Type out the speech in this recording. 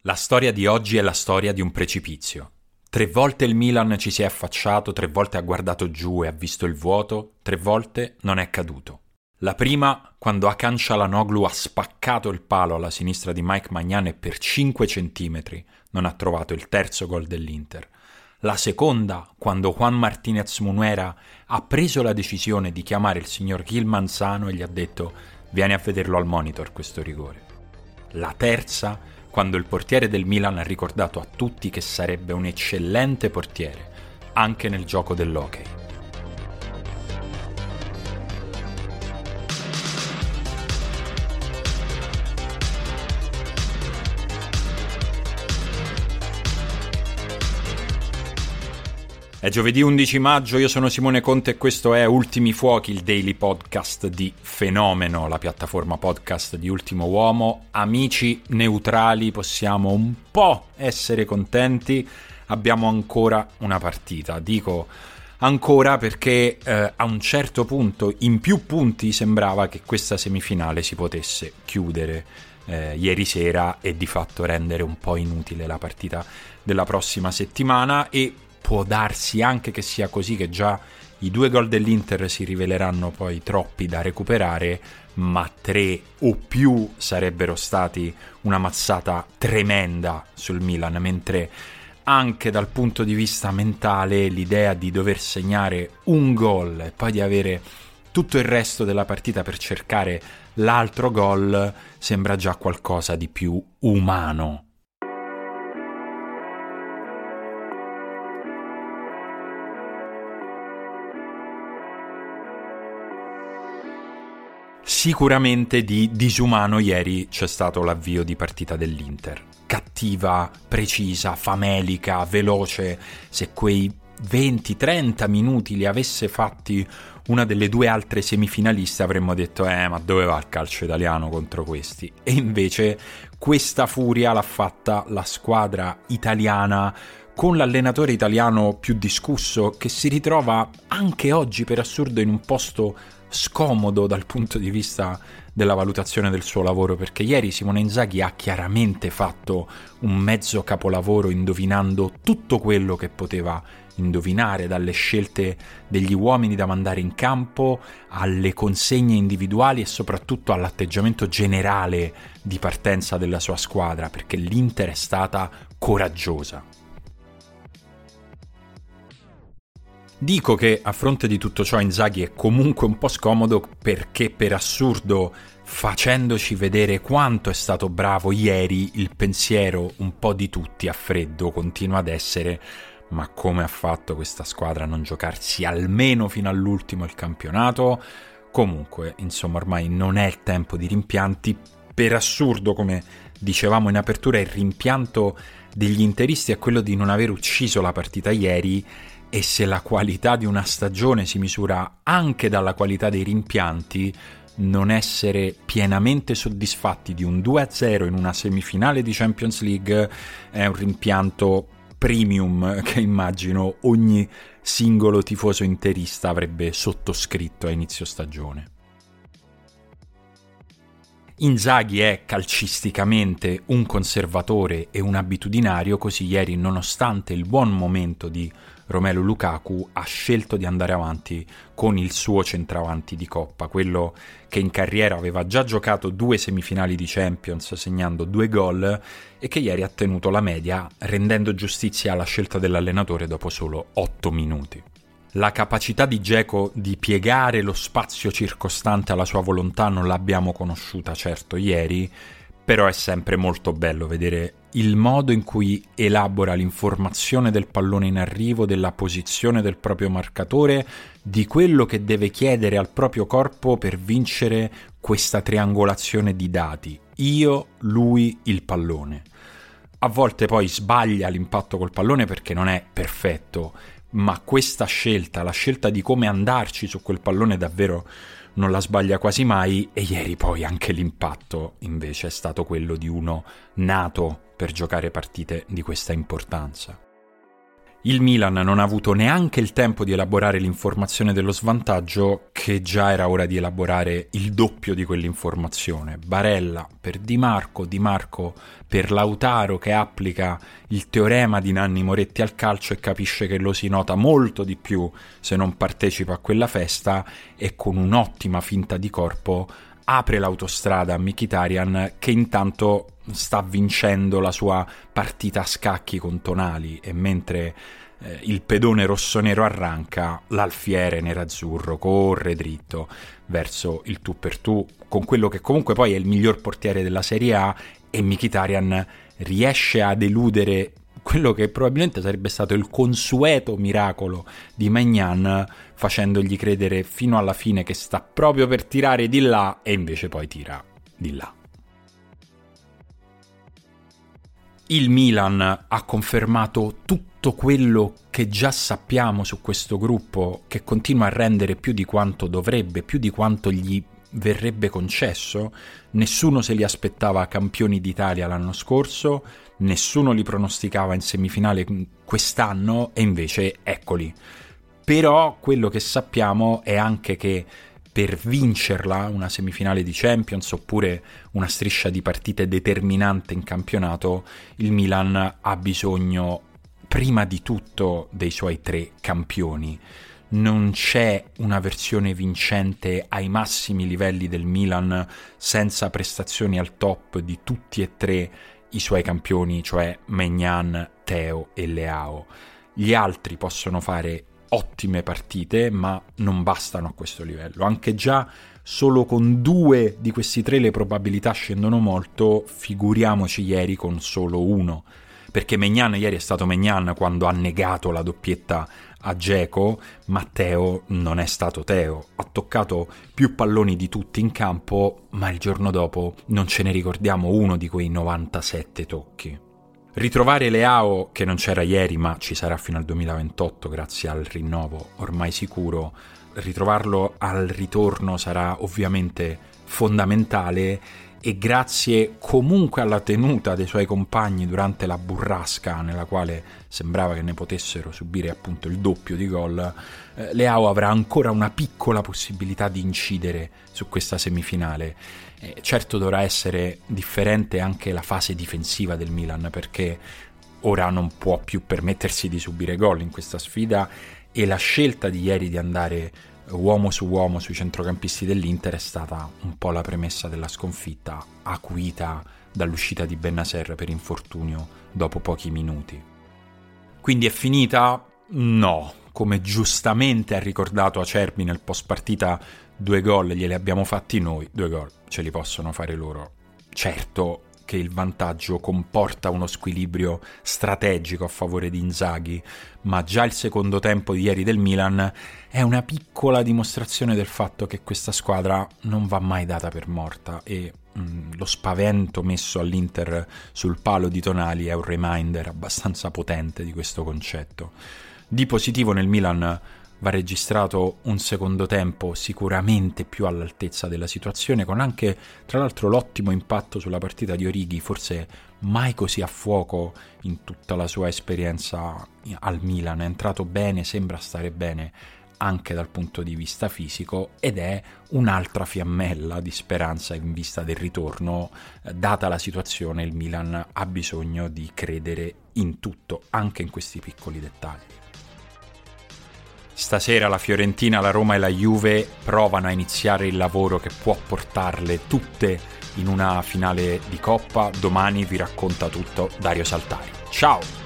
La storia di oggi è la storia di un precipizio. 3 volte il Milan ci si è affacciato, 3 volte ha guardato giù e ha visto il vuoto, 3 volte non è caduto. La prima, quando Hakan Çalhanoğlu ha spaccato il palo alla sinistra di Mike Maignan e per 5 centimetri non ha trovato il terzo gol dell'Inter. La seconda, quando Juan Martínez Munuera ha preso la decisione di chiamare il signor Gil Manzano e gli ha detto «Vieni a vederlo al monitor questo rigore». La terza, quando il portiere del Milan ha ricordato a tutti che sarebbe un eccellente portiere, anche nel gioco dell'hockey. È giovedì 11 maggio, io sono Simone Conte e questo è Ultimi Fuochi, il daily podcast di Fenomeno, la piattaforma podcast di Ultimo Uomo. Amici neutrali, possiamo un po' essere contenti, abbiamo ancora una partita. Dico ancora perché a un certo punto, in più punti, sembrava che questa semifinale si potesse chiudere ieri sera e di fatto rendere un po' inutile la partita della prossima settimana, e può darsi anche che sia così, che già i 2 gol dell'Inter si riveleranno poi troppi da recuperare, ma 3 o più sarebbero stati una mazzata tremenda sul Milan, mentre anche dal punto di vista mentale l'idea di dover segnare un gol e poi di avere tutto il resto della partita per cercare l'altro gol sembra già qualcosa di più umano. Sicuramente di disumano ieri c'è stato l'avvio di partita dell'Inter. Cattiva, precisa, famelica, veloce. Se quei 20-30 minuti li avesse fatti una delle 2 altre semifinaliste avremmo detto ma dove va il calcio italiano contro questi? E invece questa furia l'ha fatta la squadra italiana, con l'allenatore italiano più discusso, che si ritrova anche oggi per assurdo in un posto scomodo dal punto di vista della valutazione del suo lavoro, perché ieri Simone Inzaghi ha chiaramente fatto un mezzo capolavoro indovinando tutto quello che poteva indovinare, dalle scelte degli uomini da mandare in campo alle consegne individuali e soprattutto all'atteggiamento generale di partenza della sua squadra, perché l'Inter è stata coraggiosa. Dico che a fronte di tutto ciò Inzaghi è comunque un po' scomodo, perché per assurdo, facendoci vedere quanto è stato bravo ieri, il pensiero un po' di tutti a freddo continua ad essere: ma come ha fatto questa squadra a non giocarsi almeno fino all'ultimo il campionato? Comunque, insomma, ormai non è il tempo di rimpianti. Per assurdo, come dicevamo in apertura, il rimpianto degli interisti è quello di non aver ucciso la partita ieri. E se la qualità di una stagione si misura anche dalla qualità dei rimpianti, non essere pienamente soddisfatti di un 2-0 in una semifinale di Champions League è un rimpianto premium che immagino ogni singolo tifoso interista avrebbe sottoscritto a inizio stagione. Inzaghi è calcisticamente un conservatore e un abitudinario, così ieri, nonostante il buon momento di Romelu Lukaku, ha scelto di andare avanti con il suo centravanti di Coppa, quello che in carriera aveva già giocato 2 semifinali di Champions segnando 2 gol e che ieri ha tenuto la media, rendendo giustizia alla scelta dell'allenatore dopo solo 8 minuti. La capacità di Dzeko di piegare lo spazio circostante alla sua volontà non l'abbiamo conosciuta certo ieri, però è sempre molto bello vedere il modo in cui elabora l'informazione del pallone in arrivo, della posizione del proprio marcatore, di quello che deve chiedere al proprio corpo per vincere questa triangolazione di dati: io, lui, il pallone. A volte poi sbaglia l'impatto col pallone perché non è perfetto, ma questa scelta, la scelta di come andarci su quel pallone, davvero non la sbaglia quasi mai. E ieri poi anche l'impatto invece è stato quello di uno nato per giocare partite di questa importanza. Il Milan non ha avuto neanche il tempo di elaborare l'informazione dello svantaggio, che già era ora di elaborare il doppio di quell'informazione. Barella per Di Marco per Lautaro, che applica il teorema di Nanni Moretti al calcio e capisce che lo si nota molto di più se non partecipa a quella festa, e con un'ottima finta di corpo apre l'autostrada a Mkhitaryan, che intanto sta vincendo la sua partita a scacchi con Tonali, e mentre il pedone rossonero arranca, l'alfiere nerazzurro corre dritto verso il tu per tu con quello che comunque poi è il miglior portiere della Serie A, e Mkhitaryan riesce ad eludere quello che probabilmente sarebbe stato il consueto miracolo di Maignan, facendogli credere fino alla fine che sta proprio per tirare di là, e invece poi tira di là. Il Milan ha confermato tutto quello che già sappiamo su questo gruppo, che continua a rendere più di quanto dovrebbe, più di quanto gli verrebbe concesso. Nessuno se li aspettava campioni d'Italia l'anno scorso, nessuno li pronosticava in semifinale quest'anno, e invece eccoli. Però quello che sappiamo è anche che per vincerla, una semifinale di Champions oppure una striscia di partite determinante in campionato, il Milan ha bisogno prima di tutto dei suoi 3 campioni. Non c'è una versione vincente ai massimi livelli del Milan senza prestazioni al top di tutti e 3 i suoi campioni, cioè Maignan, Theo e Leao. Gli altri possono fare ottime partite, ma non bastano a questo livello. Anche già solo con 2 di questi 3 le probabilità scendono molto, figuriamoci ieri con solo 1. Perché Maignan ieri è stato Maignan quando ha negato la doppietta a Dzeko, ma Theo non è stato Theo. Ha toccato più palloni di tutti in campo, ma il giorno dopo non ce ne ricordiamo uno di quei 97 tocchi. Ritrovare Leao, che non c'era ieri ma ci sarà fino al 2028 grazie al rinnovo ormai sicuro, ritrovarlo al ritorno sarà ovviamente fondamentale, e grazie comunque alla tenuta dei suoi compagni durante la burrasca nella quale sembrava che ne potessero subire appunto il doppio di gol, Leao avrà ancora una piccola possibilità di incidere su questa semifinale. Certo dovrà essere differente anche la fase difensiva del Milan, perché ora non può più permettersi di subire gol in questa sfida, e la scelta di ieri di andare uomo su uomo sui centrocampisti dell'Inter è stata un po' la premessa della sconfitta, acuita dall'uscita di Bennacer per infortunio dopo pochi minuti. Quindi è finita? No, come giustamente ha ricordato Acerbi nel post partita, 2 gol glieli abbiamo fatti noi, 2 gol ce li possono fare loro. Certo che il vantaggio comporta uno squilibrio strategico a favore di Inzaghi, ma già il secondo tempo di ieri del Milan è una piccola dimostrazione del fatto che questa squadra non va mai data per morta, e lo spavento messo all'Inter sul palo di Tonali è un reminder abbastanza potente di questo concetto. Di positivo nel Milan va registrato un secondo tempo sicuramente più all'altezza della situazione, con anche tra l'altro l'ottimo impatto sulla partita di Origi, forse mai così a fuoco in tutta la sua esperienza al Milan. È entrato bene, sembra stare bene anche dal punto di vista fisico, ed è un'altra fiammella di speranza in vista del ritorno. Data la situazione, il Milan ha bisogno di credere in tutto, anche in questi piccoli dettagli. Stasera la Fiorentina, la Roma e la Juve provano a iniziare il lavoro che può portarle tutte in una finale di Coppa. Domani vi racconta tutto Dario Saltario. Ciao!